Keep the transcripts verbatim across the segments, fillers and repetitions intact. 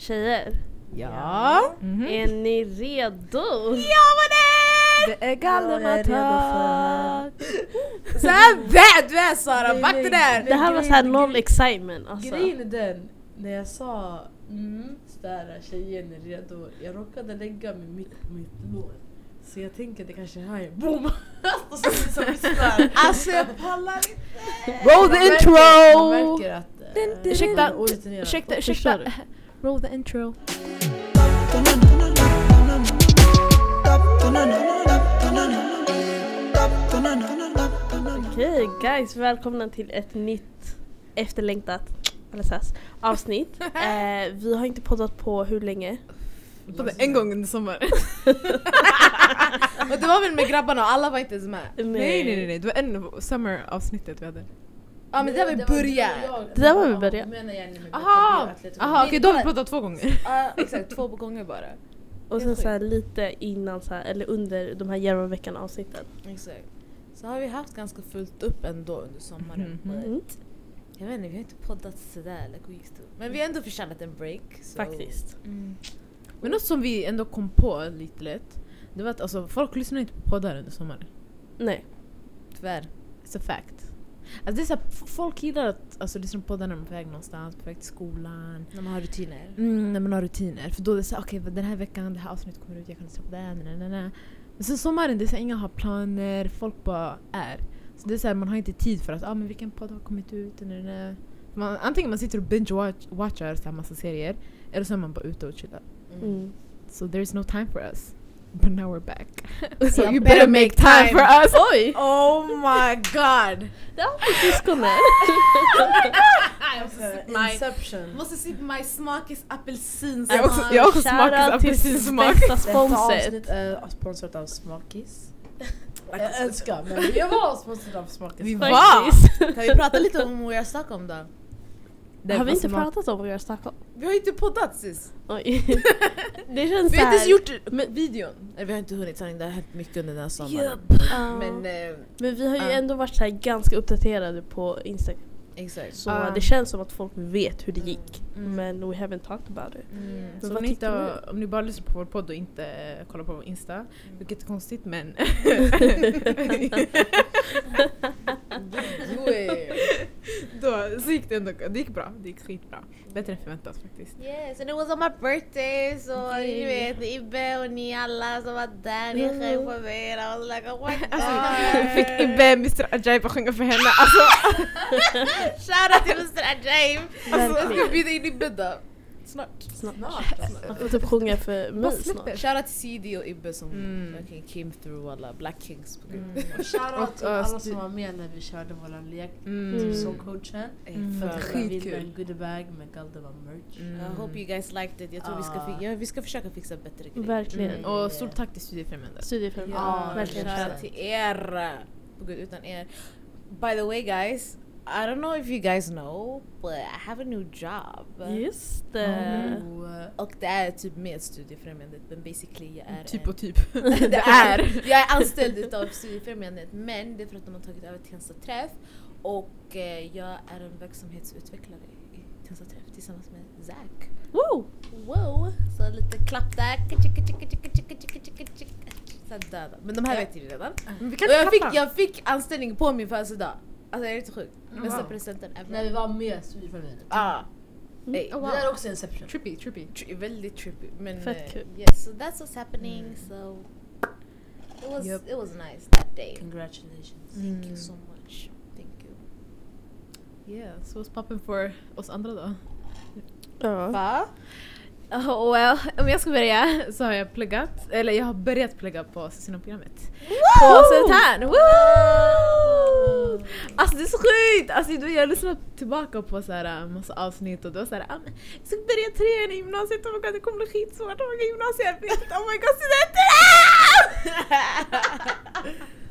Tjejer, Ja. Mm-hmm. är ni redo? Ja vad det Det är gallermatak. Så här bad du är Sara, back det där. Det här var så här noll excitement alltså. Grejen är den, när jag sa mm, sådär, tjejen är redo, jag råkade lägga mig mitt på mitt lår. Så jag tänker att det kanske här är boom! Och så som lyssnar. Alltså jag pallar inte. Roll the Man intro! märker- Man märker att äh, Ursäkta, orutinerat. ursäkta, Förstår ursäkta. Roll the intro. Okej guys, välkomna till ett nytt efterlängtat Alessas avsnitt. eh, Vi har inte poddat på hur länge? Både en gång under sommaren. Och det var väl med grabbarna och alla var inte ens med. Nej, nej, nej, nej. Det var en summer-avsnittet vi hade. Ja men det var i början. Det där var vi början. Aha, aha okej, då har vi poddat två gånger. Ja exakt, två gånger bara. Och sen så här lite innan så här, eller under de här Järvaveckan avsnitten. Exakt. Så har vi haft ganska fullt upp ändå under sommaren. Mhm. Mm. Jag vet inte, vi har inte poddat sådär like we used to. Men vi har ändå förtjänat en break. Så. Faktiskt. Mm. Men något som vi ändå kom på lite lätt, det var att alltså, folk lyssnar inte på poddar under sommaren. Nej. Tyvärr. It's a fact. Alltså det är så här, f- folk gillar att alltså, lyssna på poddar när man är på väg någonstans, på väg till skolan. När man har rutiner. Mm, när man har rutiner. För då är det så här, okej, den här veckan, det här avsnittet kommer ut, jag kan lyssna på det. Nej, nej, nej. Men sen sommaren, det är så här, inga har planer, folk bara är. Så det är så här, man har inte tid för att, ah, men vilken podd har kommit ut? Nej, nej. Man, antingen man sitter och binge-watchar så här massa serier, eller så är man bara ute och chillar. Mm. So there's no time for us. But now we're back. so Yeah, you better better make make time time. for us. Oj! Oh my god! Det var syskonen. My Inception. måste se på my smakis apelsin. Jag har också, jag har också smakat Shoutout till apelsinsmak. bästa Detta sponset. avsnitt är sponsrat av Smakis. Jag älskar, men jag var sponsrad av Smakis. Vi var! Faktiskt. Kan vi prata lite om vad jag snackade om då? Har vi inte pratat om vad jag snackar om? Vi har inte poddat sis. Oj. Det känns Vi har inte ens såhär. gjort med videon. Eller vi har inte hunnit sanning, det har hänt mycket under den här sommaren. Ja. Men Men, eh, vi har ju ja. ändå varit så här ganska uppdaterade på Instagram. exakt. Så Ja. det känns som att folk vet hur det gick. Mm. Men we haven't talked about it. Mm. Så vad om ni, inte, tycker har- om ni bara lyssnar på vår podd och inte eh, kollar på vår Insta, vilket är konstigt men Jo, eh. då så gick det ändå, det gick bra, det gick skitbra. Bättre än förväntat faktiskt. Yes, and it was on my birthday, så ni vet, Ibbe och ni alla som var där, ni sjöng på mig, I was like, oh my god. Fick Ibbe mister Ajaib att sjunga för henne, alltså, Shoutout till mister Ajaib. alltså Jag ska bjuda in Ibbe då. snart. Snart. Snart. Man får typ sjunga för mig Vad snart. släpper? Shoutout till C D och Ibbe som Mm. verkligen came through alla Black Kings på Mm. Och shoutout till Och, uh, alla sti- som var med när vi körde våran lek. Mm. Mm. Sångcoachen. Mm. För Skitkul. vi vinner en goodiebag med Galdeva merch. Mm. I hope you guys liked it. Jag tror vi ska, Ah. fi- ja, vi ska försöka fixa bättre grejer. Verkligen. Mm. Och stort tack till Studiefrämjandet. Studiefrämjande. Ja, verkligen. shoutout. Shoutout till er. På gud, utan er. By the way guys, I don't know if you guys know, but I have a new job. Just det. Och, uh, Och det är typ med Studiefrämjandet, men basically jag är Typ en, och typ. det är. Jag är anställd utav Studiefrämjandet, men det är för att de har tagit över Tensta Träff. Och eh, jag är en verksamhetsutvecklare i Tensta Träff tillsammans med Zack. Woo! Wow! Så lite klapp där. Så här döda. Men de här vet ju redan. Men vi Och kan jag inte fick, klappa. jag fick anställning på min födelsedag. Alltså jag är inte sjuk. Bästa Wow. presenten ever. när vi var med Studiefrämjandet. Ah. Hey. Oh, Det där är också Inception. Trippy, trippy. Tri- väldigt trippy. Men Fett eh, kul. yes, so that's what's happening. So it was Yep. it was nice that day. Congratulations. Thank Mm. you so much. Thank you. Yeah, so what's poppin' for oss andra då? Ja. Va? Oh, well, om jag ska börja så har jag pluggat, eller jag har börjat plugga på socionomprogrammet. På Södertörn! Woo! Alltså det är så sjukt! Alltså jag har lyssnat tillbaka på så här massa avsnitt och då så här, ah, men jag ska börja trean i gymnasiet, oh my god det kommer bli skitsvårt, oh my god gymnasiearbetet, oh my god studenter!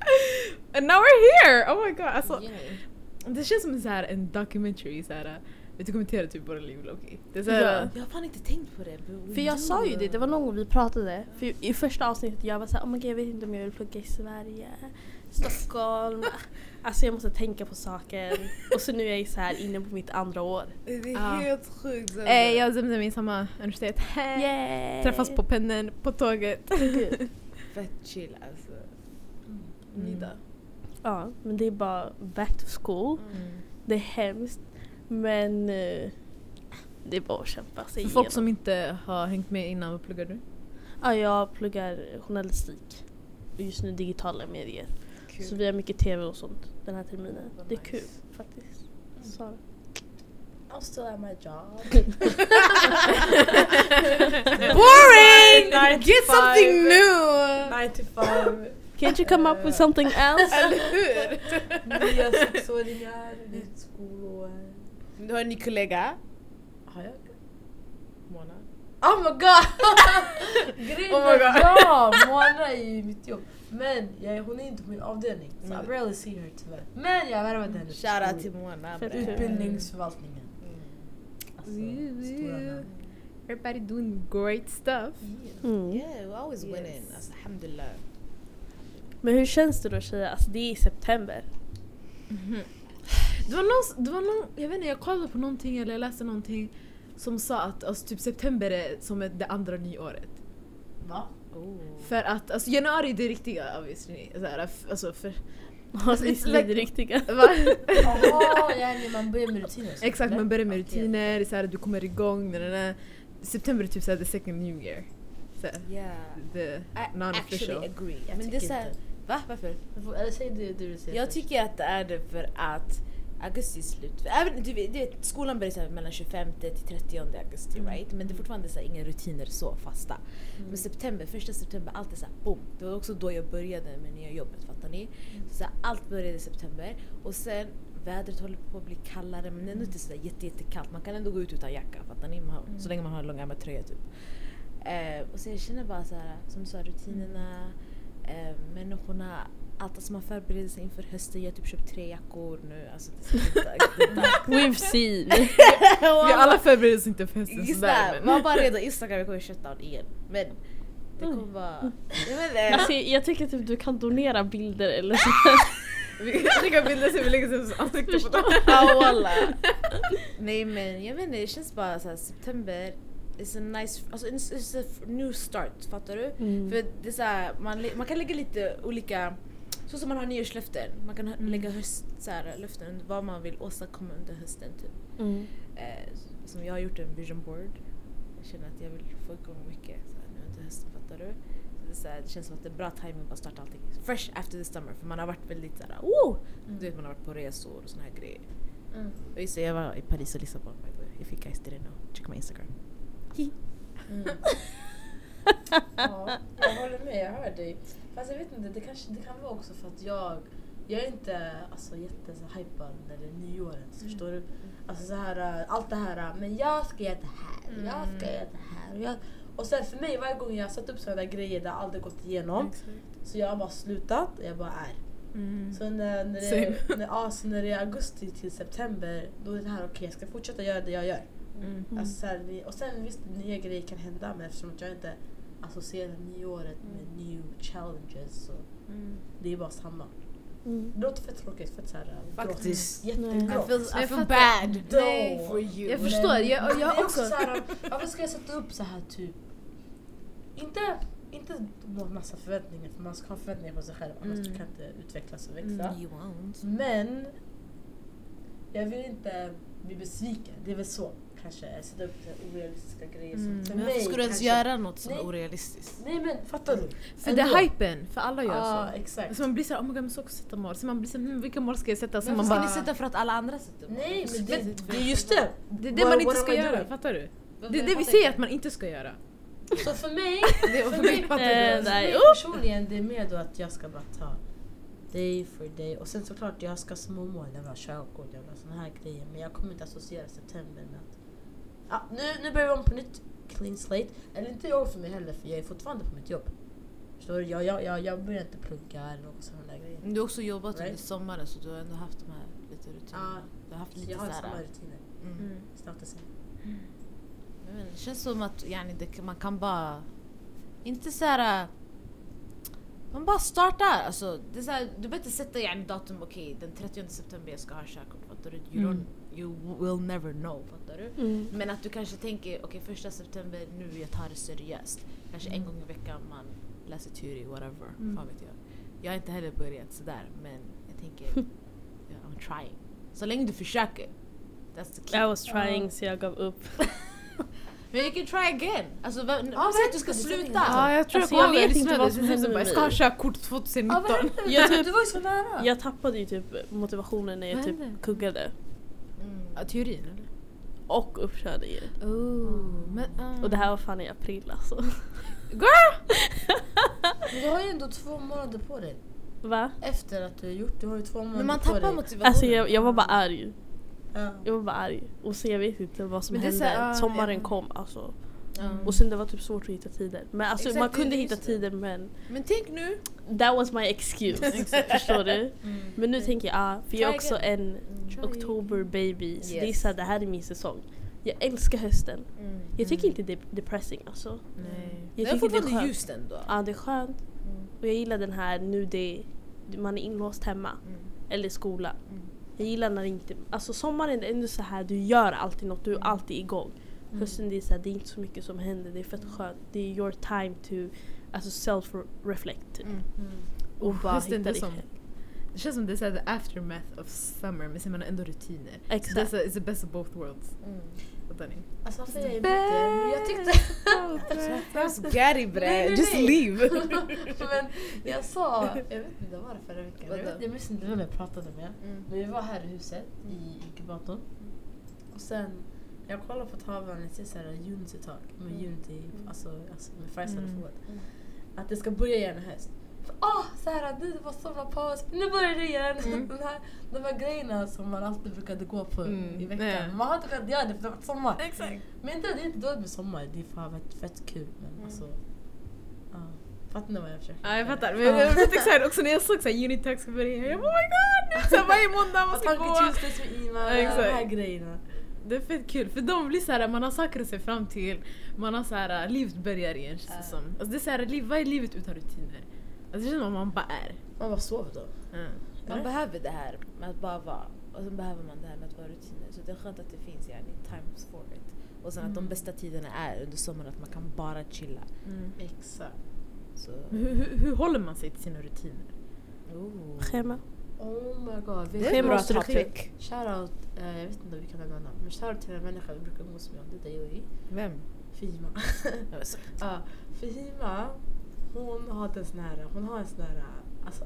And now we're here! Oh my god, alltså det känns som en, så här, en documentary så här, Vi kommenterar typ våra liv, okej. Det är så här, Ja. Jag har fan inte tänkt på det. but we För jag do. sa ju det, det var någon gång vi pratade. För i första avsnittet jag var såhär, oh my God, jag vet inte om jag vill plugga i Sverige, Stockholm. Alltså jag måste tänka på saker. Och så nu är jag så här inne på mitt andra år. Det är Ja. helt sjukt. Eh, jag och Zemzem är i samma universitet. Yay! Träffas på pennen, på tåget. Fett chill alltså. Mm. Nida. Ja, men det är bara back to school. Mm. Det är hemskt. Men eh, det är bara att kämpa sig För folk igenom. som inte har hängt med innan, vad pluggar du? Ja, jag pluggar journalistik. Och just nu digitala medier. Kul. Så vi har mycket tv och sånt den här terminen. Vad Det är nice. kul faktiskt. Sara. I'm still at my job. Boring! Nine to Get something five. new! nine to five. Can't you come up with something else? Eller hur? Nya sexåringar, nytt skolår. Du har en ny kollega. Har jag? Mona. Oh my god! Grejen Oh my är- god. ja, Mona är ju mitt jobb. Men jag, hon är inte på min avdelning. Så Mm. I rarely see her tyvärr. Men jag värvade henne till Shoutout skol- till Mona. Fett bre. kul. utbildningsförvaltningen. Mm. Alltså, Woo, stora woo. namn. Everybody doing great stuff. Mm. Yeah, we're always Yes. winning. Alltså, alhamdulillah. Men hur känns det då tjejer? Alltså det är i september. Det var någon, det var någon, jag vet inte, jag kollade på någonting eller jag läste någonting som sa att alltså, typ september är som ett, det andra nyåret. Va? Oh. För att alltså, januari är det riktiga obviously. Så här, f- alltså för... Alltså it's det like- är det riktiga. Va? Jaha, yani man börjar med rutiner. så, Exakt, eller? man börjar med Ja, det är- rutiner, så här, du kommer igång. Den där. September är typ så här, the second new year. Så här, Yeah. the I non-official. actually agree. Jag Men det är tycker såhär, inte. va? Varför? Eller säg det du vill säga Jag först. tycker att det är det för att augusti är slut. För även, du vet, du vet, skolan börjar så här mellan tjugofemte till trettionde augusti, Mm. right? Men det är fortfarande så här, inga rutiner så fasta. Mm. Men september, första september, allt är så här, boom. Det var också då jag började med nya jobbet, fattar ni? Mm. Så här, allt började i september. Och sen, vädret håller på att bli kallare, men ändå inte så där jätte, jättekallt. Man kan ändå gå ut utan jacka, fattar ni? Man har, Mm. Så länge man har en långärmad tröja typ. Eh, och så jag känner bara så här, som du sa, rutinerna, eh, människorna, allt, alltså man förbereder sig inför hösten. Jag har typ köpt tre jackor nu. Alltså det är så det är We've seen. Vi alla förbereder oss inte för hösten Just sådär. det, Men... man bara redan Instagram, jag kommer shutdown igen. Men det kommer vara... Jag vet inte. Alltså, jag tycker typ du kan donera bilder eller så. Vi skickar bilder så vi lägger sig ansikte på dem. Ja, walla. Nej men jag vet inte, det känns bara så här, september is a nice, alltså it's, it's a new start, fattar du? Mm. För det är så här, man, lä- man kan lägga lite olika, så som man har nyårslöften, man kan Mm. lägga höst, så här, löften, vad man vill åstadkomma under hösten typ. Mm. Eh, som jag har gjort en vision board. Jag känner att jag vill få igång mycket så här, nu under hösten, fattar du? Så det, är så här, det känns som att det är bra timing att bara starta allting fresh after the summer, för man har varit väldigt såhär, oh! Mm. Du vet, man har varit på resor och såna här grejer. Mm. Och just det, jag var i Paris och Lissabon, by the way. If you guys didn't know, check my Instagram. Mm. Ja, jag håller med, jag hör dig. Fast jag vet inte, det, kanske, det kan vara också för att jag jag är inte alltså, jätte så hypad när det är nyåret, Mm. förstår du? Alltså så här, äh, allt det här, äh, men jag ska göra det här, och jag ska göra det här. Och, jag, och sen för mig, varje gång jag har satt upp sådana där grejer där aldrig gått igenom, så jag har bara slutat och jag bara är. Mm. Så när, när, det, är- när, ja, så när det är augusti till september, då är det här okej, okay, jag ska fortsätta göra det jag gör. Mm. Alltså, så här, vi- och sen visst, nya grejer kan hända, men eftersom att jag inte associerar nyåret med new challenges, så Mm. det är bara samma. Mm. Det låter fett tråkigt, fett såhär Faktiskt. jättegrått. I feel, Jag I feel fattar. bad Nej. for you. Jag förstår, jag, jag det är har också också... så här, varför ska jag sätta upp så här typ, inte, inte massa förväntningar, för man ska ha förväntningar på sig själv, annars Mm. du kan inte utvecklas och växa. Mm. You won't. Men jag vill inte bli besviken, det är väl så kanske, sätta upp så här orealistiska grejer. Mm. Så för Men varför mig skulle du ens kanske- göra något som Nej. är orealistiskt? Nej men fattar du? För det Ändå. är hypen, för alla gör Ja, så. exakt. Så man blir såhär, oh my god, man ska också sätta mål. Så man blir såhär, hm, vilka mål ska jag sätta? Så Men man varför bara, ska ni sätta för att alla andra sätter mål? Nej men det, Men- det är just det. det är det What- man inte what am ska I göra, doing? fattar du? Vad- Det är vad det vi fattar säger jag? att man inte ska göra. Så för mig, Det är för för mig, mig fattar Eh, du? för nej. mig personligen, det är mer då att jag ska bara ta day for day. Och sen såklart jag ska små mål, jag vill ha körkort, jag vill ha såna här grejer. Men jag kommer inte associera september med att ja, nu, nu börjar vi om på nytt, clean slate. Eller inte jag för mig heller, för jag är fortfarande på mitt jobb. Förstår du? Jag, jag, jag, jag börjar inte plugga eller något sådana där grejer. Men du har också jobbat Right. under sommaren, så du har ändå haft de här lite rutinerna. Ja, Du har haft Så lite jag har samma såhär... rutiner. Mm. Starta sig. Men det känns som att yani, det, man kan bara inte så här. Man bara startar. Alltså, det är så här, du behöver inte sätta yani, datum, okej, okay, den trettionde september jag ska ha körkort. Fattar du? You, Mm. don't, you will never know. Fattar du? Mm. Men att du kanske tänker, okej, okay, första september, nu jag tar det seriöst. Kanske en gång i veckan man läser teori, whatever. Mm. Fan vet jag. Jag har inte heller börjat sådär, men jag tänker, yeah, I'm trying. Så länge du försöker. That's the key. I was trying så jag gav upp. Men you can try again. Alltså, vad Ja, ja, säger att du ska det är så sluta? Ja, jag tror Alltså, jag, jag jag vet inte vad som hände med Jag ska mig. ha körkort tjugonitton. Jag, typ, Du var ju så nära. jag tappade ju typ motivationen när jag Vad typ hände? kuggade. Mm. Ja, teorin eller? Och uppkörningen. Oh, men, uh. Och det här var fan i april alltså. Men du har ju ändå två månader på dig. Va? Efter att du har gjort, du har ju två månader Men man på tappar dig. motivationen. Alltså jag, jag var bara arg. Ja. Jag var bara arg. Och så jag vet inte vad som Men det är hände. så här, ah, Sommaren ja. kom alltså. Mm. Och sen det var typ svårt att hitta tider. Men alltså Exakt, man det- kunde det är hitta just det. tider men Men tänk nu. that was my excuse. Förstår du? Mm. Men nu tänker jag, ah, för jag är Try också again. en Try oktober baby. Så det är Yes. så här, det här är min säsong. Jag älskar hösten. Mm. Jag tycker inte det är depressing alltså. Nej. Jag Det är tycker det är fortfarande skönt. ljust ändå. Ja, det är skönt. Mm. Och jag gillar den här nu det man är inlåst hemma. Mm. Eller i skolan. Mm. Jag gillar när det inte... Alltså sommaren är ändå så här, du gör alltid något, du är alltid igång. Mm. Hösten det är så här, det är inte så mycket som händer, det är fett skönt. Det är your time to alltså self-reflect. Typ. Mm. Och bara hösten, hitta det är dig som- själv. Det känns som det är så här, the aftermath of summer, men sen man har ändå rutiner. Så det är Exakt. så, it's the best of both worlds. Mm. Fattar ni? Alltså varför jag är emot det? Men jag tyckte... That's Gary bre, Nej, nej, just nej. leave. Men jag sa... Jag vet inte, vad var det förra veckan? Jag, Vadå? vet, jag minns inte vem jag pratade med. Mm. Men vi var här i huset i inkubatorn. Och sen... Jag kollade på tavlan, det ser såhär Unity-tak. Med Mm. Unity, alltså, alltså med Faisal Mm. och Fouad. Mm. Att det ska börja igen i höst. Åh, oh, såhär, nu det var sommarpaus, nu börjar det igen. Mm. Den här, de här grejerna som man alltid brukade gå på Mm. i veckan. Nej. Man har inte kunnat göra det för det har varit sommar. Exakt. Men inte, det är inte dåligt med sommar, det är fan fett, fett kul. Men Mm. alltså, ja. Fattar ni vad jag försöker? Ja, jag fattar. Men jag är fett excited också när jag såg såhär Unitax ska börja. Jag bara, oh my god! Så här, varje måndag man ska Tanke gå. Tuesdays med Ima, Ja, de exakt. här grejerna. Det är fett kul för de blir såhär, man har saker att se fram till. Man har såhär, livet börjar igen känns det Ja. som. Alltså det är såhär, liv, vad är livet utan rutiner? Alltså det känns som att man bara är. Man bara sover då. Mm. Man Eller? behöver det här med att bara vara. Och sen behöver man det här med att vara rutiner. Så det är skönt att det finns yani, times for it. Och sen att de Mm. bästa tiderna är under sommaren, att man kan bara chilla. Mm. Exakt. Så, Men Hur, hur, hur håller man sig till sina rutiner? oh. Schema. Oh my god. Det Vet är Schema en bra och struktur. topic. Shoutout, eh, jag vet inte om vi kan nämna namn, men shoutout till en människa vi brukar umgås med om det är Joey. Vem? Fihima. Ja, Fihima, hon hade en sån här, hon har en sån här, alltså,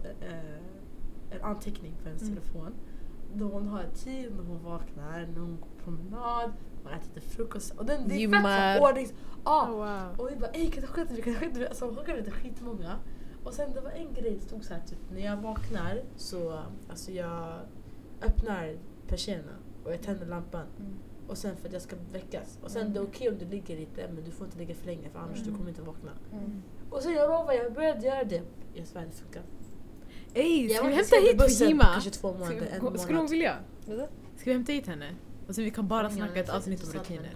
eh, en anteckning på hennes Mm. telefon. Då hon har tid när hon vaknar, när hon går på promenad, hon äter lite frukost. Och den, det är Gymmar. fett så ordnings... Ja, Oh, wow. och vi bara ey kan du skita vi kan du skita alltså hon skickade lite skitmånga. Och sen det var en grej det stod så här typ när jag vaknar så alltså jag öppnar persiennerna och jag tänder lampan Mm. och sen för att jag ska väckas. Och sen Mm. det är okej om du ligger lite men du får inte ligga för länge för annars Mm. du kommer inte vakna. Mm. Och så jag lovar jag började göra det. Jag svär det funkar. Ey, Jag ska var vi inte hämta sen i hit bussen Fihima? på kanske två månader, en Ska, månad. skulle hon vilja? Vadå? Ska vi hämta hit henne? Och så vi kan bara Ingen snacka ett är avsnitt om intressant rutiner.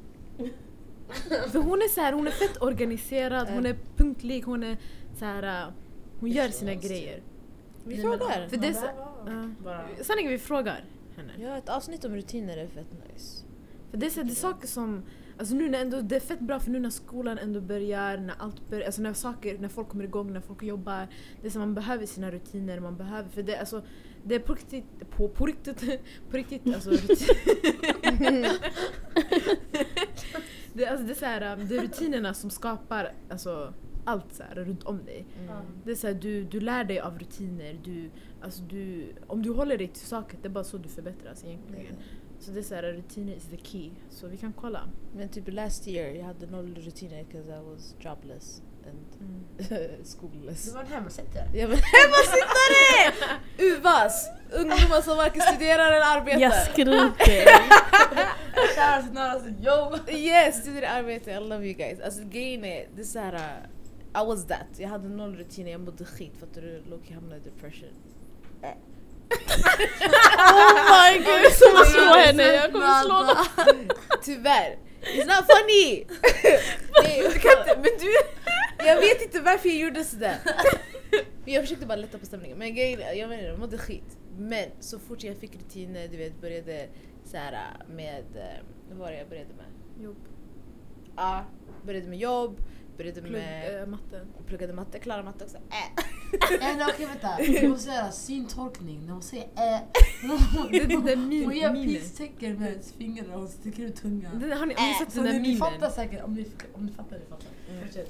människa. För hon är så här, hon är fett organiserad, hon är punktlig, hon är så här, uh, hon gör sina grejer. Vi Nej, men, frågar. För man det är så- behöver Ja. bara... Sanningen, vi frågar henne. Ja, ett avsnitt om rutiner är fett nice. För det är, så, det är saker som, alltså nu när ändå, det är fett bra för nu när skolan ändå börjar, när allt börjar, alltså när saker, när folk kommer igång, när folk jobbar. Det är som man behöver sina rutiner, man behöver, för det, alltså, det är på riktigt, på, på riktigt, på riktigt, alltså rutin. det, alltså, det är så här, det är rutinerna som skapar, alltså allt så här, runt om dig. Mm. Det är så här, du, du lär dig av rutiner, du, alltså du, om du håller dig till saker, det är bara så du förbättras egentligen. Så det är så här, rutiner is the key. Så vi kan kolla. Men typ last year, jag hade noll rutiner because I was jobless and schoolless. Du var en hemmasittare. Jag var hemmasittare! U V A S! Ungdomar som varken studerar eller arbetar. Jag skriker. Kära till några som jobb. Yes, studerar arbete. I love you guys. Alltså grejen är, det är så här, uh, I was that. Jag hade noll rutiner, jag mådde skit för att du låg i hamnade i depression. Oh my god, jag kommer slå henne, jag kommer slå henne. Tyvärr. It's not funny! Nej, du kan inte, men du... Jag vet inte varför jag gjorde sådär. Jag försökte bara lätta på stämningen, men grejen, jag menar, jag mådde skit. Men så fort jag fick rutiner, du vet, började såhär med... Vad var det jag började med? Jobb. Ja, började med jobb, började Plugg, med... äh, matten. Pluggade matte, klarade matte också. Äh. Nej, nej, okej, vänta. Du måste göra syntolkning. När hon säger äh. Det är den där min, Hon gör minen. pistecken med fingrarna och hon sticker ut tungan. Den, har ni, har ni sett Så den där ni, ni minen? fattar säkert, om ni, om ni fattar, ni fattar. Mm. Fortsätt.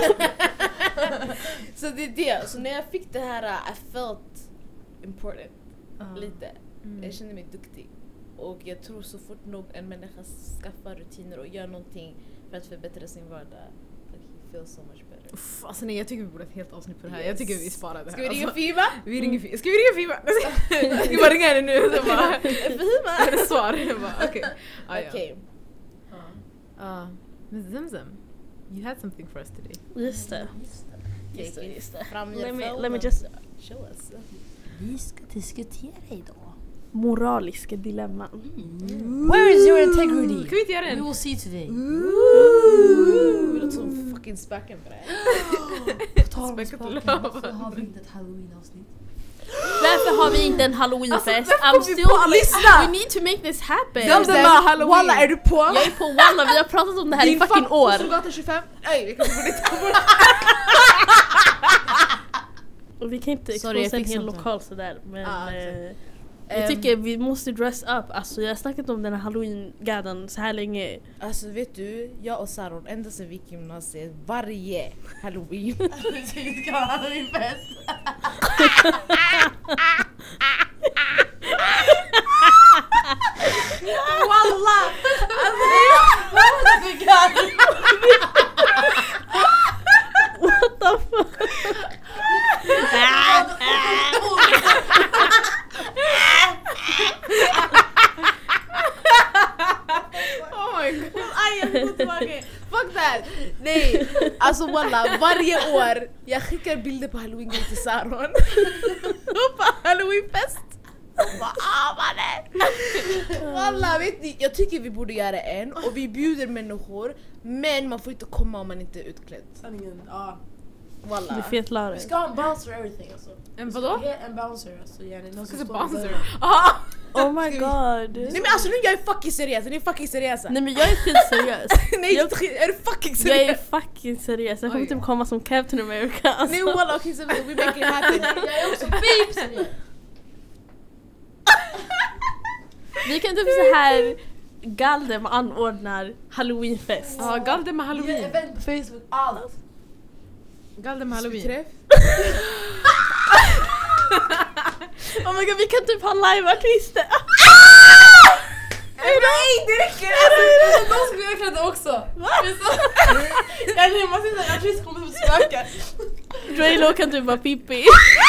Så det är det. Så när jag fick det här, uh, I felt important. Ah. Lite. Mm. Jag kände mig duktig. Och jag tror så fort nog en människa skaffar rutiner och gör någonting för att förbättra sin vardag, like, he feels so much better. Uff, alltså nej, jag tycker vi borde ha ett helt avsnitt på det här. Yes. Jag tycker vi sparar det här. Ska vi ringa alltså, Fiba? vi ringer Fiba. Ska vi ringa Fiba? Ska vi bara ringa henne nu? Så bara, Fiba! är det svar? Jag bara, okej. Ah, ja. Okej. Ah, Miss Zemzem, you had something for us today. Just det. Just det, just det. Fram Let me, fälten. let me just... Show us. Vi ska diskutera idag. Moraliska dilemman. Where is your integrity? Kan vi inte göra We en? will see today. Ooh, vi låter som fucking spöken på det här. På tal om Späcket spöken, lava. varför har vi inte ett halloween-avsnitt? Varför har vi inte en halloweenfest? Alltså, I'm varför still... vi på- lyssna! We need to make this happen. Zemzem har halloween. Walla, är du på? Jag är på Walla, vi har pratat om det här i fucking år. Storgatan tjugofem. Nej, vi kan få det ta bort. Och vi kan inte Sorry, jag exposa en fick hel sånt. lokal sådär. Men Ah, eh, Ehm, jag tycker vi måste dress up. Alltså jag har snackat om den här halloween-gadan så här länge. Alltså vet du, jag och Saron ända sedan vi gick i gymnasiet varje halloween. Vi ska ha halloween-fest. Walla! Vad tycker jag? What the fuck? Oh my god. Aj, jag får tillbaka. Fuck that. Nej, alltså walla, varje år jag skickar bilder på halloween till Saron. Och på halloweenfest. Vad ah, mannen. Walla, vet ni, jag tycker vi borde göra en och vi bjuder människor, men man får inte komma om man inte är utklädd. Sanningen, ja. Walla. Du fetlare. Vi ska ha en bouncer och everything alltså. En vadå? Ja, en bouncer alltså. Gärna någon Ska som se står och bouncer? börjar. Ah! Oh my god. Nej men alltså nu jag är fucking seriös, ni är fucking seriösa. Nej men jag är skitseriös. Nej, jag- inte skit- är du fucking Jag är seriös? fucking seriös. Jag kommer Oj. typ komma som Captain America. Alltså. Nej walla, okej så we make it happen. Jag är också babe seriös. Vi kan typ så här Galdem anordnar halloweenfest. Ja, Galdem med Gör halloween. event på Facebook, allt. Galdem med halloween. Träff. Oh my god, vi kan typ ha live-artister. Nej, det räcker! Alltså, någon skulle göra kläder också. Jag nej, man ser att en artist kommer som spöka. Draylo kan typ vara Pippi.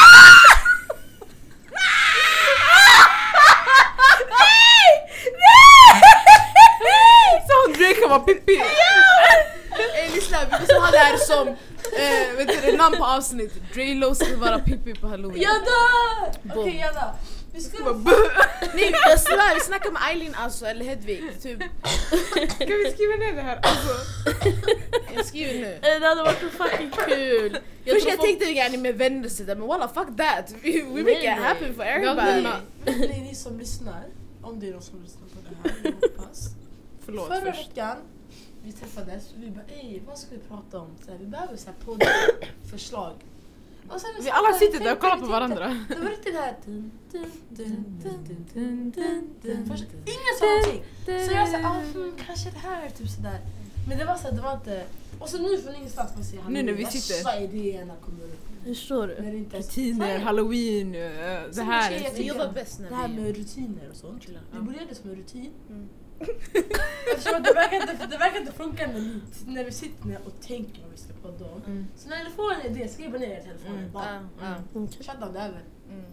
Så Drake kan vara Pippi. Ey lyssna, vi måste ha det här som eh, vet du, det, namn på avsnitt. Draylo ska vara Pippi på halloween. Jag dör! Boom. Okej, jag dör. Vi ska... Nej jag svär, vi snackar med Eileen alltså, eller Hedvig typ. Kan vi skriva ner det här? Alltså. Jag skriver nu. Eh, Det hade varit så fucking kul. Först tror jag folk- tänkte gärna med vänner sådär, men walla fuck that. We, we make Nej, it nej. happen for Galdem everybody. med- Nej, ni som lyssnar, om det är någon som lyssnar på det här, jag hoppas. Förlåt Förra först. veckan, vi träffades och vi bara ej, vad ska vi prata om? Så här, vi behöver så här poddförslag. Och sen Vi så alla här, sitter där och tänkte- kollar på tänkte- varandra. Det var riktigt det här... Dun, dun, dun, dun, dun, dun, dun. Först, ingen sa någonting. Så jag sa, ah, hmm, kanske det här, typ sådär. Men det var så här, det var inte... Och så nu från ingenstans man ser Nu när vi sitter. värsta idéerna kommer upp. Förstår När du? det inte ens- Rutiner, halloween, eh, det Som här. tjejer Vi tycker jobbar om bäst när det här vi... med rutiner och sånt. Chilla, Vi ja. borde göra det som en rutin. Mm. Eftersom att det verkar inte, det verkar inte funka när vi, när vi sitter ner och tänker vad vi ska podda om. Mm. Så när ni får en idé, skriv bara ner i telefonen. Mm. Bara, Ja, ja. Okej. shut down the oven. Mm.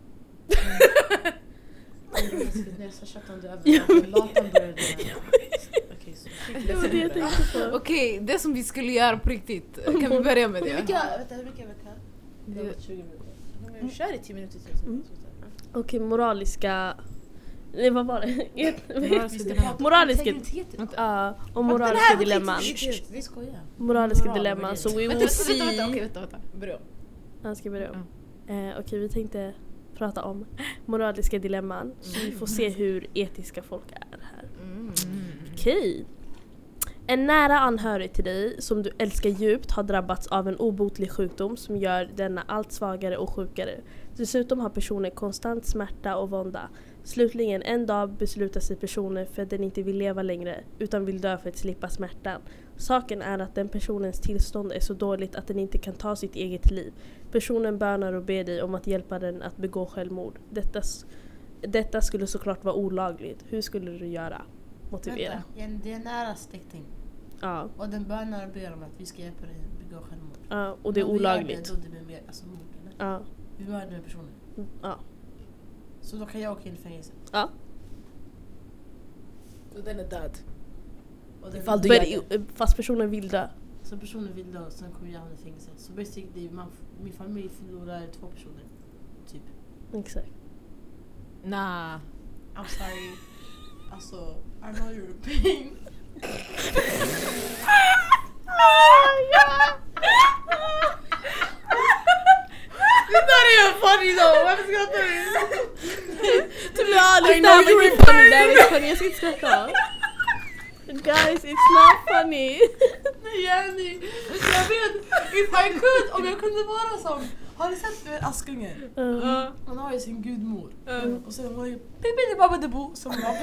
När jag sa shut down the oven, latan började... Okej, så. Det var det jag tänkte på. Okej, det som vi skulle göra på riktigt. Kan vi börja med Hur det? mycket, vänta, hur mycket är vecka? Det var tjugo minuter. Men vi kör i tio minuter till. Mm. Okej, moraliska... Nej, vad var det? Moraliska dilemman. Moraliska... Integritet. Ja, och moraliska dilemman. Vi skojar. Moraliska Moral, dilemman. Så we Vänta, will vänta, see... vänta, vänta, okej, vänta, vänta. Börja om. Han ska börja om. Eh, Okej, vi tänkte prata om moraliska dilemman. Så vi får se hur etiska folk är här. Mm. Okej. En nära anhörig till dig som du älskar djupt har drabbats av en obotlig sjukdom som gör denna allt svagare och sjukare. Dessutom har personen konstant smärta och vånda. Slutligen en dag beslutar sig personen för att den inte vill leva längre utan vill dö för att slippa smärtan. Saken är att den personens tillstånd är så dåligt att den inte kan ta sitt eget liv. Personen bönar och ber dig om att hjälpa den att begå självmord. Detta, detta skulle såklart vara olagligt. Hur skulle du göra? Motivera. Vänta, det är en nära släkting. Ja. Och den bönar och ber om att vi ska hjälpa dig begå självmord. Ja, och det är Om vi gör olagligt. Det, då det blir mer, alltså mord, eller? Ja. Vi mördar den personen. Ja. Så då kan jag åka in i fängelse. Ja. Och den är död. Och den Ifall du Men, gör i- fast personen vill dö. Så personen vill dö och sen kommer jag hamna i fängelse. Så basically, man, min familj förlorar två personer. Typ. Exakt. Nah. I'm sorry. Alltså, I know you're in pain. It's not even funny though. Varför skrattar du? Du blir aldrig I know you're in funny. Det är funny. Jag ska inte skratta. Guys, it's not funny. Nej Jenny, jag vet. If I could, om jag kunde vara som. Har ni sett Askungen? Uh, Han har ju sin gudmor. Mm. Och sen var ju Bibi Babba de Bo som var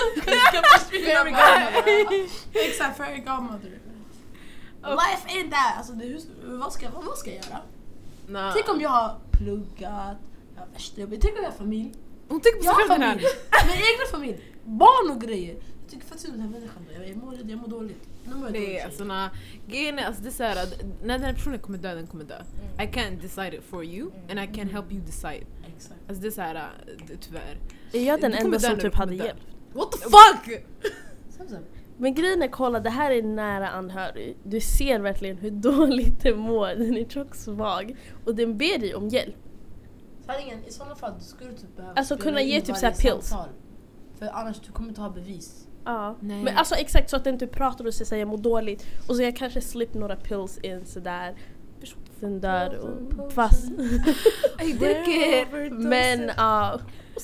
fairy godmother. Exakt, fairy godmother. Life ain't that. Alltså, det, hur, vad, ska, vad ska jag göra? Nah. Tänk om jag har pluggat, jag har värsta jobbet. Tänk om jag har familj. Hon tänker på Jag sig har själv den familj, här. min egna familj, barn och grejer. Jag tycker faktiskt om den här människan då. Jag mår, jag mår dåligt. Nu mår jag Nej, dåligt. alltså när grejen är, alltså det är såhär att när den här personen kommer dö, den kommer dö. Mm. I can't decide it for you and I can't help you decide. Exakt. Alltså det är såhär, det, tyvärr. är jag den Du kommer enda dö som när du typ kommer hade dö. hjälpt? What the fuck? Sam, sam. Men grejen är, kolla, det här är nära anhörig. Du ser verkligen hur dåligt den mår. Den är tjock svag. Och den ber dig om hjälp. Sanningen, i sådana fall du skulle typ behöva Alltså, spela kunna ge in typ varje så här pills. samtal. För annars du kommer inte ha bevis. Ja. Nej. Men alltså exakt så att den typ pratar och säger jag mår dåligt. Och så jag kanske slipper några pills in sådär. Sen dör och fast. Ey, dricker! Men ja.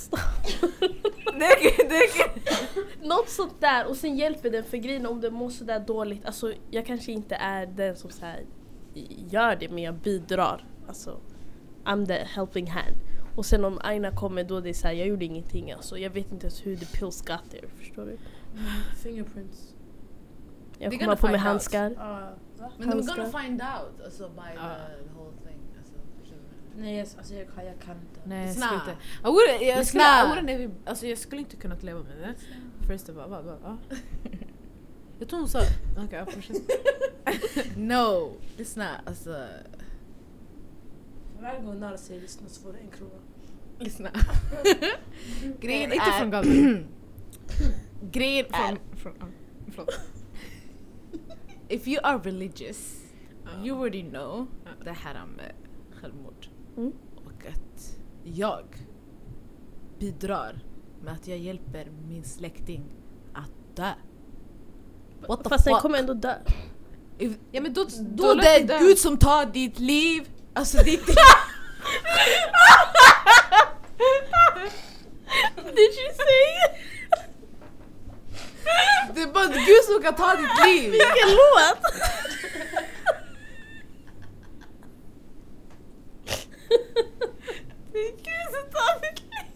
Dricker, dricker! Något sånt där. Och sen hjälper den för grejen om den mår sådär dåligt. Alltså jag kanske inte är den som så här gör det, men jag bidrar. Alltså I'm the helping hand. Och sen om Aina kommer då det är såhär, jag gjorde ingenting alltså. Jag vet inte ens hur the pills got there, förstår du? Fingerprints. Jag They're kommer gonna på mig find out. handskar. Uh, va? Men de Handskar. gonna find out alltså by Ja. the, the whole thing. Alltså, förstår du? Nej, yes, alltså jag, kan- jag kan inte. Nej, jag Lyssna. skulle inte. I wouldn't, jag, skulle, Lyssna. I wouldn't even, alltså jag skulle inte kunna leva med det. First of all, va, va, va? Jag tror hon sa... Okej, okay, fortsätt. No! Lyssna, alltså... För varje gång Nara säger lyssna så får du en krona. Lyssna. Grejen inte från Gabriel. Grejen är... Från, från, förlåt. If you are religious, Ja. you already know Ja. det här med självmord. Mm. Och att jag bidrar med att jag hjälper min släkting att dö. What the Fast den fuck? kommer ändå dö. If, Ja men då, då, då det lät är det Gud som tar ditt liv. Alltså ditt liv. Did you say? Det är bara Gud som kan ta ditt liv. Vilken låt! Det är Gud som tar ditt liv.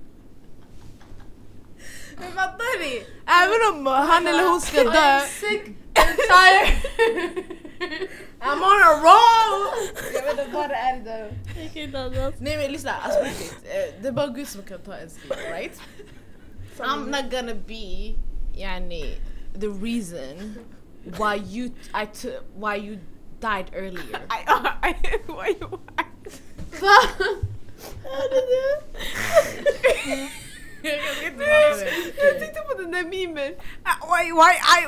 Men fattar ni? Även om han eller hon ska dö. Sick and tired. I'm on a roll. Jag vet inte vad det är idag. Vilken dans. Nej men lyssna, alltså på riktigt. Eh, det är bara Gud som kan ta ens liv, right? I'm not gonna be, yani, the reason why you, I t- why you died earlier. I, I, why you Jag vet inte varför. Jag tänkte på den där memen. Ah, Why, why, I...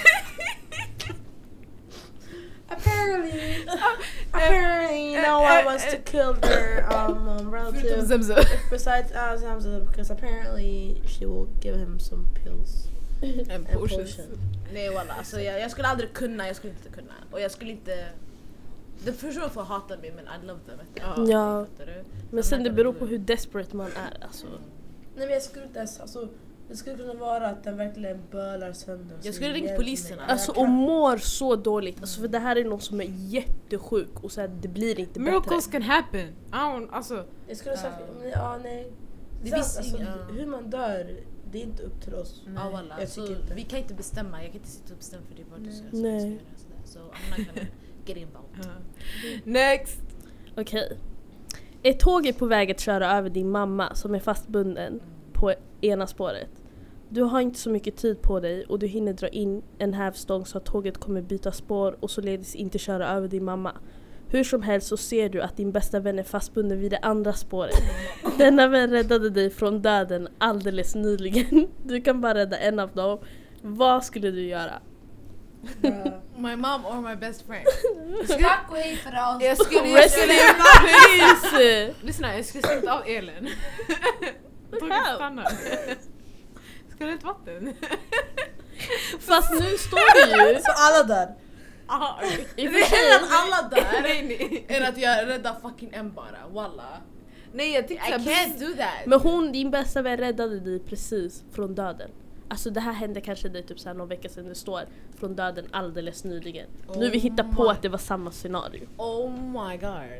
Apparently. Apparently, you know Eh, I wants to kill their um, um relative Zamzam. besides uh, Zamzam because apparently she will give him some pills. En And potion. potion. Nej walla, alltså jag, jag skulle aldrig kunna, jag skulle inte kunna. Och jag skulle inte... The person får hata mig men I love them. Ja. Ja. Fattar du? Men sen det beror på hur desperate man är. Alltså. Nej men jag skulle inte ens, alltså det skulle kunna vara att den verkligen bölar sönder. Jag skulle Så ringt hjälp polisen, mig. Alltså Jag och kan- mår så dåligt. Alltså för det här är någon som är jättesjuk och så här, det blir inte Miracles bättre. can happen. I don't, alltså... Jag skulle säga, Ja. men ja nej. Det Det finns alltså, inga- hur man dör, det är inte upp till oss. Ja walla, jag så tycker inte. vi kan inte bestämma, jag kan inte sitta och bestämma för dig vad du ska Nej. göra. Så, sådär. So I'm not gonna get involved. Next! Okej. Ett tåg är på väg att köra över din mamma som är fastbunden på ena spåret. Du har inte så mycket tid på dig och du hinner dra in en hävstång så att tåget kommer byta spår och således inte köra över din mamma. Hur som helst så ser du att din bästa vän är fastbunden vid det andra spåret. Denna vän räddade dig från döden alldeles nyligen. Du kan bara rädda en av dem. Vad skulle du göra? Bra. My mom or my best friend. Tack och hej för oss. Jag skulle, jag Rest skulle, in peace! Lyssna, jag skulle stängt av elen. Tåget Wow. stannar. Ska det inte vatten? Fast nu står det ju. Så alla där. Aha, okej. I och det för sig- är än alla där Nej, nej. än att jag räddar fucking en bara, walla. Nej, jag tyckte I can't do that. Men hon, din bästa vän räddade dig precis från döden. Alltså det här hände kanske dig typ så här någon vecka sedan det står från döden alldeles nyligen. nu vi hittar på my- att det var samma scenario. Oh my god.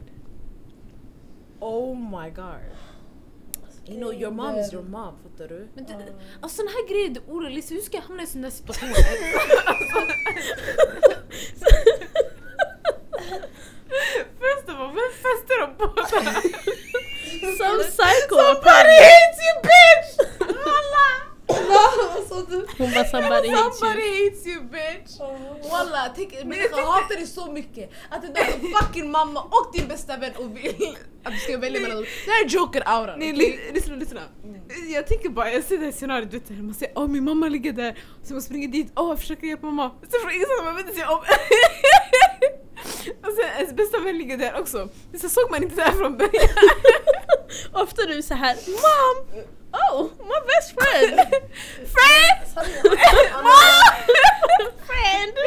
Oh my god. You know your mom is your mom, fattar du? Men det, alltså såna här grejer, det är oroligt. Hur ska jag hamna i såna här situationer? Först av allt, vem fäster de på det här? Some psycho Somebody hates you bitch! Walla! Hon bara somebody hates Somebody you. hates you bitch! Walla, tänk, människor hatar dig så mycket att det där är fucking mamma och din bästa vän och vill att du ska välja mellan dem. Det här är joker-auran. Nej, okej? li- lyssna, lyssna. Jag tänker bara, jag ser det här scenariot, du vet, man säger åh min mamma ligger där, så man springer dit, åh jag försöker hjälpa mamma. Så från ingenstans, man vet inte sig om. Och sen ens bästa vän ligger där också. Så såg man inte det här från början. Ofta är du så här, mom! Oh, my best friend! Friend! Friend!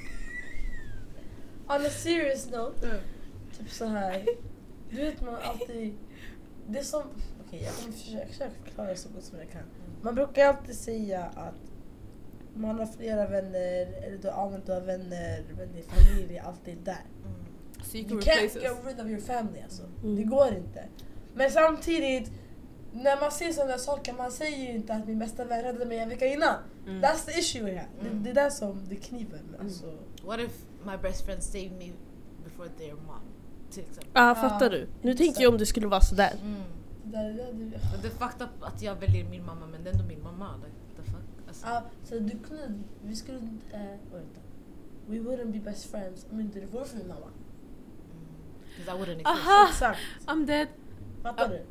On a serious note, typ så här. Du vet man alltid, det är som, okej jag kommer försöka, försöka förklara så gott som jag kan. Man brukar alltid säga att man har flera vänner, eller du har, du har vänner, vänner, familj, allt är där. Så you You can can't replace get us. rid of your family alltså. Mm. Det går inte. Men samtidigt, när man ser sådana saker, man säger ju inte att min bästa vän räddade mig en vecka innan. Mm. That's the issue here. Det, det är där som det kniver. Men alltså, What if my best friend saved me before their mom? Till exempel. Ja, fattar du? Nu tänkte jag om det skulle vara sådär. Mm. det där, det där, det, Och det är fucked up att jag väljer min mamma men det är ändå min mamma. Like, what the fuck? Alltså, Ja, så du kunde, vi skulle, äh, vänta. We wouldn't be best friends om inte det vore för min mamma. Because I wouldn't exist. Aha! Exakt. I'm dead. Fattar du?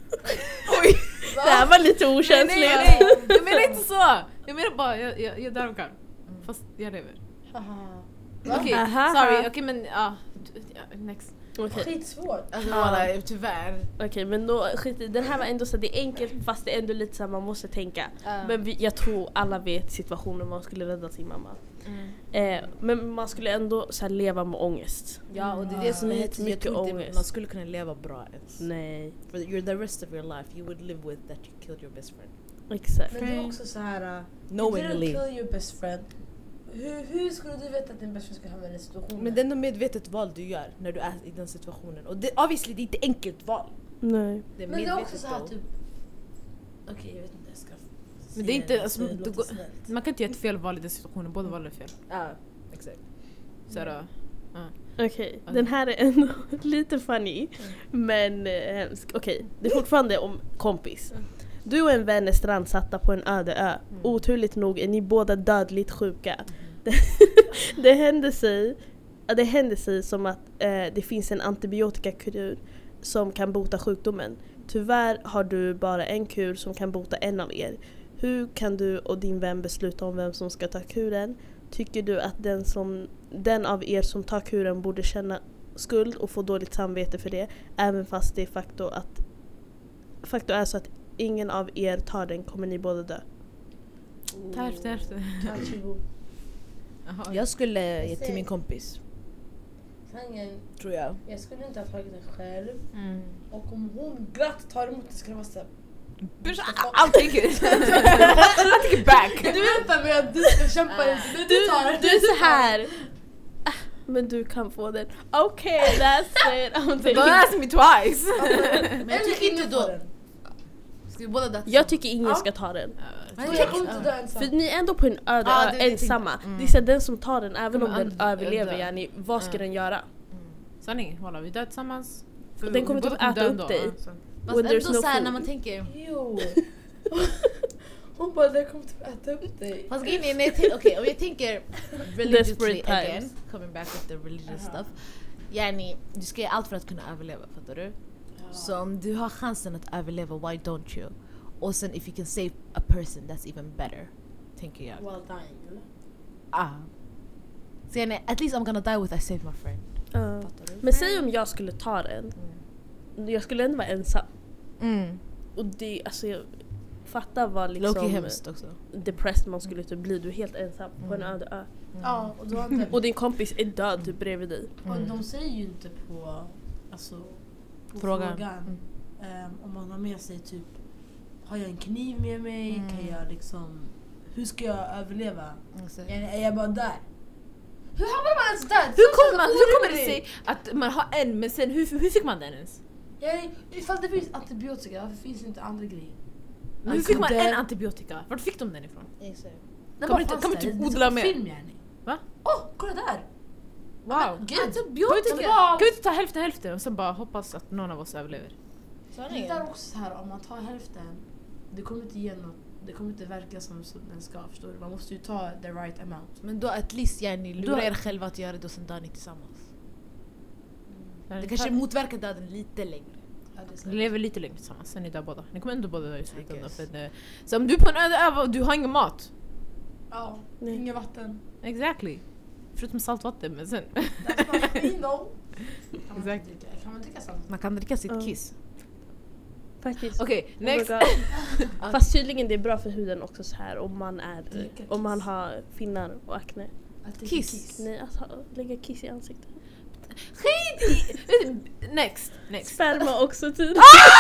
Oj! Det här var lite Nej, okänsligt. nej, nej. Jag menar inte så. Jag menar bara, jag, jag, jag dör om kan. Fast jag lever. Haha. Okej, Aha. sorry. Okej, men ja. ja, Next. Okej, Skitsvårt. Alltså Ja. walla, tyvärr. okej, men då skit i- den här var ändå så det är enkelt fast det är ändå lite så här, man måste tänka. Men vi, jag tror alla vet situationen man skulle rädda sin mamma. Eh, men man skulle ändå så här, leva med ångest. Ja, och det är det som är Mycket hett. Jag tror inte ångest. man skulle kunna leva bra ens. Nej, For you're the rest of your life, you would live with that you killed your best friend. exakt. Men det är också så här. Uh, Knowingly. You didn't kill your best friend. Hur, hur skulle du veta att din best friend skulle hamna i den situationen? Men det är ändå medvetet val du gör när du är i den situationen. Och det, obviously, det är inte enkelt val. Nej. Det är Men det är medvetet också så här val. typ. Okej, jag vet inte, jag ska. Men det är inte- säga alltså, så det du låter går- snällt. Man kan inte göra ett fel val i den situationen. Båda val är fel. Ja, exakt. Så då, Okej, den här är ändå lite funny. Men eh, hemsk. Okej, det är fortfarande om kompis. Du och en vän är strandsatta på en öde ö. Oturligt nog är ni båda dödligt sjuka. Det, det händer sig ja, det händer sig som att eh, det finns en antibiotikakur som kan bota sjukdomen. Tyvärr har du bara en kur som kan bota en av er. Hur kan du och din vän besluta om vem som ska ta kuren? Tycker du att den, som, den av er som tar kuren borde känna skuld och få dåligt samvete för det, även fast det är faktor att faktor är så att ingen av er tar den, kommer ni båda dö. Tack, tack. Jag skulle ge till min kompis, Sangen, tror jag. jag skulle inte ha tagit den själv. Mm. Och om hon glatt tar emot det, ska det vara såhär. I'll take it. I'll take it back. Du väntar med att du ska kämpa lite. Men Du, du tar du är så här. Ah, men du kan få den. Okej, okay, that's it. I'm taking Don't ask me twice. Men jag tycker inte då. Ska vi båda dö? Jag tycker ingen ska ta den. Men jag kommer inte dö ensam. För ni är ändå på en öde Ja, ö det är det ensamma. jag tänkte. Det är så att den som tar den, även om Kommer den and- överlever, dö. yani, vad ska Ja. den göra? Sanning, walla, vi dör tillsammans. För Den kommer vi typ båda äta dö upp ändå, dig. ja, så. Fast When there's ändå no såhär food. när man tänker. Jo. Hon bara, det kommer typ äta upp dig. Fast grejen är, när jag tänker, okej, om jag tänker religiously Desperate again, times. coming back with the religious Aha. stuff. Yani, du ska göra allt för att kunna överleva, fattar du? Så om du har chansen att överleva, why don't you? Och sen if you can save a person, that's even better. Tänker jag. Well dying, eller? Ah. Så yani, at least I'm gonna die with I saved my friend. Ja. Fattar du? Men säg om jag skulle ta den. Jag skulle ändå vara ensam. Mm. Och det, alltså jag fattar vad Loki liksom hemskt också. depressed man skulle typ bli. Du är helt ensam på en Mm. öde ö. Ja, och du har inte... Och din kompis är död typ bredvid dig. Och de säger ju inte på, alltså, på Frågan. frågan, Mm. ehm, om man har med sig typ, har jag en kniv med mig? Mm. Kan jag liksom, hur ska jag överleva? Alltså. Är, är jag bara där? Hur hamnar man ens där? Hur kommer, man, hur kommer det sig att man har en, men sen hur, hur fick man den ens? Jag, ifall det finns antibiotika, varför finns det inte andra grejer? Men hur fick man kunde- en antibiotika? Vart fick de den ifrån? Exakt. Den Kan bara man inte- fanns kan man där. typ Det är odla som med? film, yani. Va? Åh, kolla där! Wow. Gud, Kan vi, inte, antibiotika! kan vi inte ta hälften hälften och sen bara hoppas att någon av oss överlever? Det är också så här, om man tar hälften, det kommer inte ge något, det kommer inte verka som, som den ska, förstår du? Man måste ju ta the right amount. Men då at least yani, Du lura har- er själva att göra det och sen dör ni tillsammans. Mm. Det kanske motverkar döden lite längre. Ja, det är så Ni här. lever lite längre tillsammans, sen är ni där båda. Ni kommer ändå båda dö i slutändan. guess. För det, så om du är på en öde ö och du har ingen mat. Ja, Nej. inget vatten. Exactly. Förutom saltvatten, men sen... That's not me, no. Kan man, Exakt. dricka, kan man dricka salt? Man kan dricka sitt Ja. kiss. Faktiskt. Okej, Oh my next. God. Fast tydligen det är bra för huden också så här om man är Dricka om man kiss. har finnar och akne. Att det är Kiss. Nej, alltså lägga kiss i ansiktet. Skit i... Next, next. Sperma också tydligen.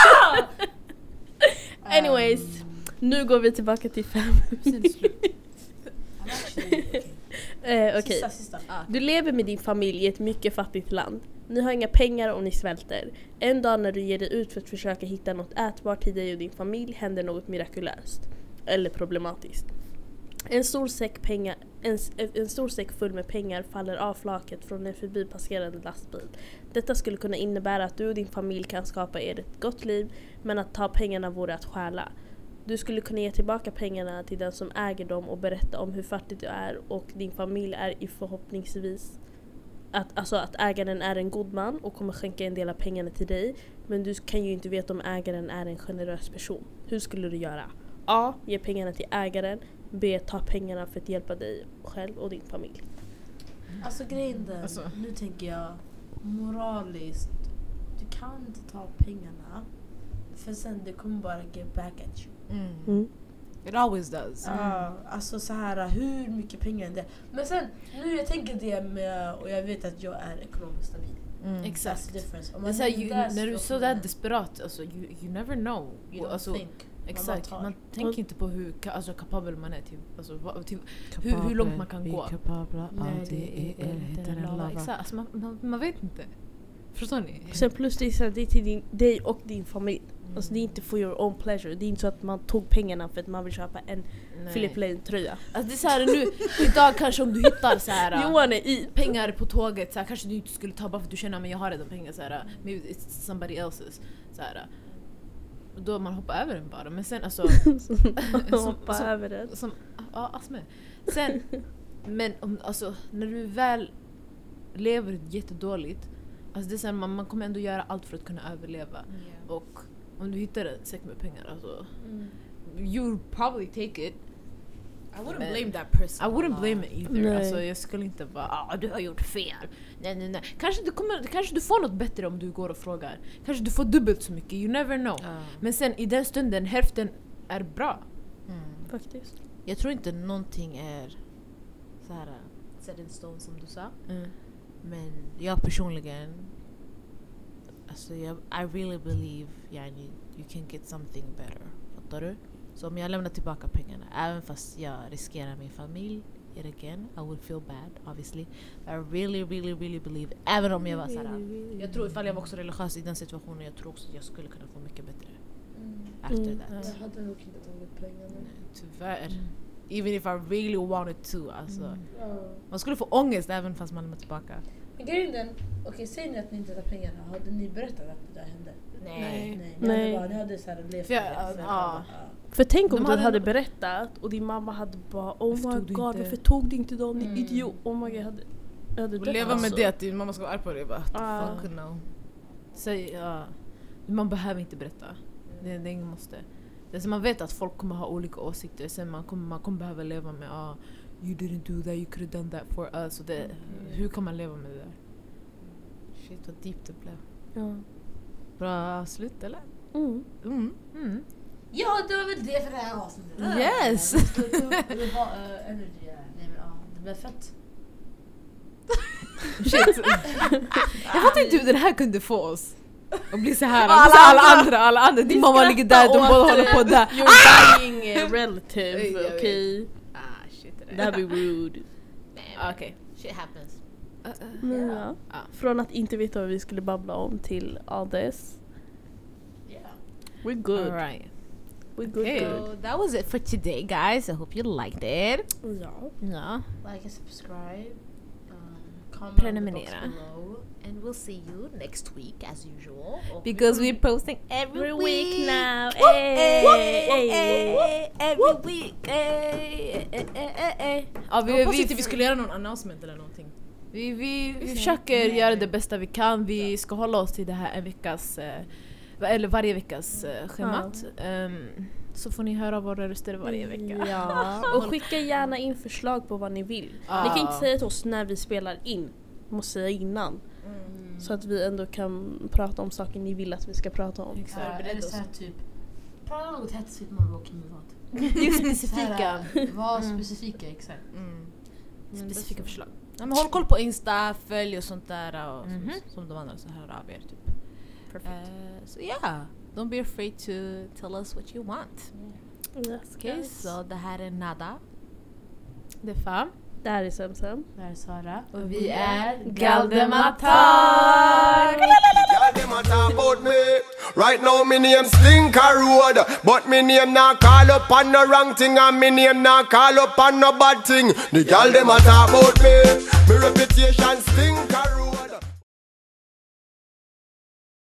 Anyways, nu går vi tillbaka till fem. Sen är det slut. I'm actually, okay. Eh, Okej. Sista, sista. Du lever med din familj i ett mycket fattigt land. Ni har inga pengar och ni svälter. En dag när du ger dig ut för att försöka hitta något ätbart till dig och din familj händer något mirakulöst. Eller problematiskt. En stor säck, pengar, en, en stor säck full med pengar faller av flaket från en förbipasserande lastbil. Detta skulle kunna innebära att du och din familj kan skapa er ett gott liv, men att ta pengarna vore att stjäla. Du skulle kunna ge tillbaka pengarna till den som äger dem och berätta om hur fattig du är och din familj är i förhoppningsvis att, alltså att ägaren är en god man och kommer skänka en del av pengarna till dig, men du kan ju inte veta om ägaren är en generös person. Hur skulle du göra? A. Ge pengarna till ägaren. B. Ta pengarna för att hjälpa dig själv och din familj. Alltså grejen den, Alltså. nu tänker jag moraliskt, du kan inte ta pengarna för sen det kommer bara get back at you. Mm. Mm. It always does. Ja, alltså så här hur mycket pengar det är. Men sen, nu jag tänker det med, och jag vet att jag är ekonomiskt stabil. Mm. That's Exakt. the difference. Om Det är man så här, är you, där när du är situationen, sådär desperat, alltså, you, you never know. You, one alltså, thing, exakt, man man, tar. tänker inte på hur ka, alltså, kapabel man är till, alltså, vad, till hur, hur långt man kan gå. Kapabla, Nej, det är inte en lava. Exakt, alltså, man, man, man vet inte. Förstår ni? Sen plus det är, så här, det är till din, dig och din familj. Alltså det är inte for your own pleasure. Det är inte så att man tog pengarna för att man vill köpa en Nej. Philip Lane-tröja. Alltså det är så här nu, idag kanske om du hittar så här Johan är i. pengar på tåget, så här, kanske du inte skulle ta bara för att du känner att jag har redan pengar, så här, maybe it's somebody else's. Så här, och då man hoppar över den bara, men sen alltså Hoppa som- över det. som, ja, astma. Sen, men om, alltså, när du väl lever jättedåligt, alltså det är så här, man, man kommer ändå göra allt för att kunna överleva. Och om du hittar en säck med pengar, alltså, Mm. you'll probably take it. I wouldn't Men- blame that person. I wouldn't blame it either. Nej. Alltså, jag skulle inte bara ah, du har gjort fel. Nej, nej, nej. Kanske, du kommer, kanske du får något bättre om du går och frågar. Kanske du får dubbelt så mycket, you never know. Ja. Men sen i den stunden, hälften är bra. Mm. Faktiskt. Jag tror inte någonting är så här set in stone som du sa. Mm. Men jag personligen, alltså jag, I really believe yani, you can get something better. Fattar du? Så om jag lämnar tillbaka pengarna, även fast jag riskerar min familj yet again, I would feel bad obviously. I really, really, really believe, även om jag var så här, jag tror ifall jag var också religiös i den situationen, jag tror också att jag skulle kunna få mycket bättre after Mm. that. Jag hade nog inte tagit pengarna. Tyvärr. Even if I really wanted to. Alltså. Ja. Man skulle få ångest även fast man lämnar tillbaka. Men grejen är den, okej säg ni att ni inte tar pengarna, hade ni berättat att det där hände? Nej. Nej. Ni Nej. hade, bara, ni hade så här levt För jag- med det, för ja. bara, För tänk om De du hade- hade berättat och din mamma hade bara oh Varför my tog du god inte- varför tog du inte dem, ni Mm. idiot. Oh my god jag hade, jag hade Och dött, leva med alltså. det att din mamma ska vara arg på dig. Bara, what the Ah. fuck no. Säg, ja. Man behöver inte berätta. Det, det är ingen måste. Det är så man vet att folk kommer ha olika åsikter. Sen man kommer, man kommer behöva leva med ah, you didn't do that, you could have done that for us. Och det, hur kan man leva med det där? Shit vad deep det blev. Ja. Bra slut eller? Mm. Mm. Mm. Ja, det var väl det för det här avsnittet. Yes! Det var uh, energy, ja. Nej men ja, det blev fett. Shit. Jag fattar inte hur den här kunde få oss och bli så här. Alla Alla, alla andra- andra, alla andra. Din Vi mamma ligger där, de skrattar båda åt, håller på där. Your dying eh, relative, Jag vet. okej? Ah, shit. Det That'd be rude. Okej. Shit happens. Men ja. Ja. Från att inte veta vad vi skulle babbla om till all this. Yeah. We're good. All right. We're good, Okay. good. So that was it for today, guys. I hope you liked it. Ja. Yeah. Like and subscribe. Um, comment Prenumerera. on the box below. And we'll see you next week as usual. Because we're posting every, Every week, week now. Whoop, Hey, whoop, hey. hey, every week. Hey, eh, eh, eh, eh. Ja, vi, Jag hoppas vi, inte vi skulle göra någon announcement eller någonting. vi, vi, vi försöker göra det bästa vi kan. Vi ska hålla oss till det här en veckas, eh, eller varje veckas eh, schemat. Ehm, så får ni höra våra röster varje vecka. Ja. Och skicka gärna in förslag på vad ni vill. Ja. Ni kan inte säga till oss när vi spelar in. Ni måste säga innan. Så att vi ändå kan prata om saker ni vill att vi ska prata om. Exakt. Är Förbered det oss. så här typ, prata något hetsigt man råkar med vad? Just Så specifika. här, Var specifika, exakt. Mm. Specifika förslag. Ja, men håll koll på Insta, följ och sånt där och Mhm. som, som de andra så hör av er typ. Perfect. Uh, so yeah, don't be afraid to tell us what you want. Yes, Okay, guys. så det här är Nada. Det är fan. Det här är Semsem. Det här är Sara. Och vi är Galdematar! Y'all them a talk about me. Right now me name Slinker Road, but me name not call up on no wrong thing, and me name not call up on no bad thing. The y'all them a talk about me. Me reputation Slinker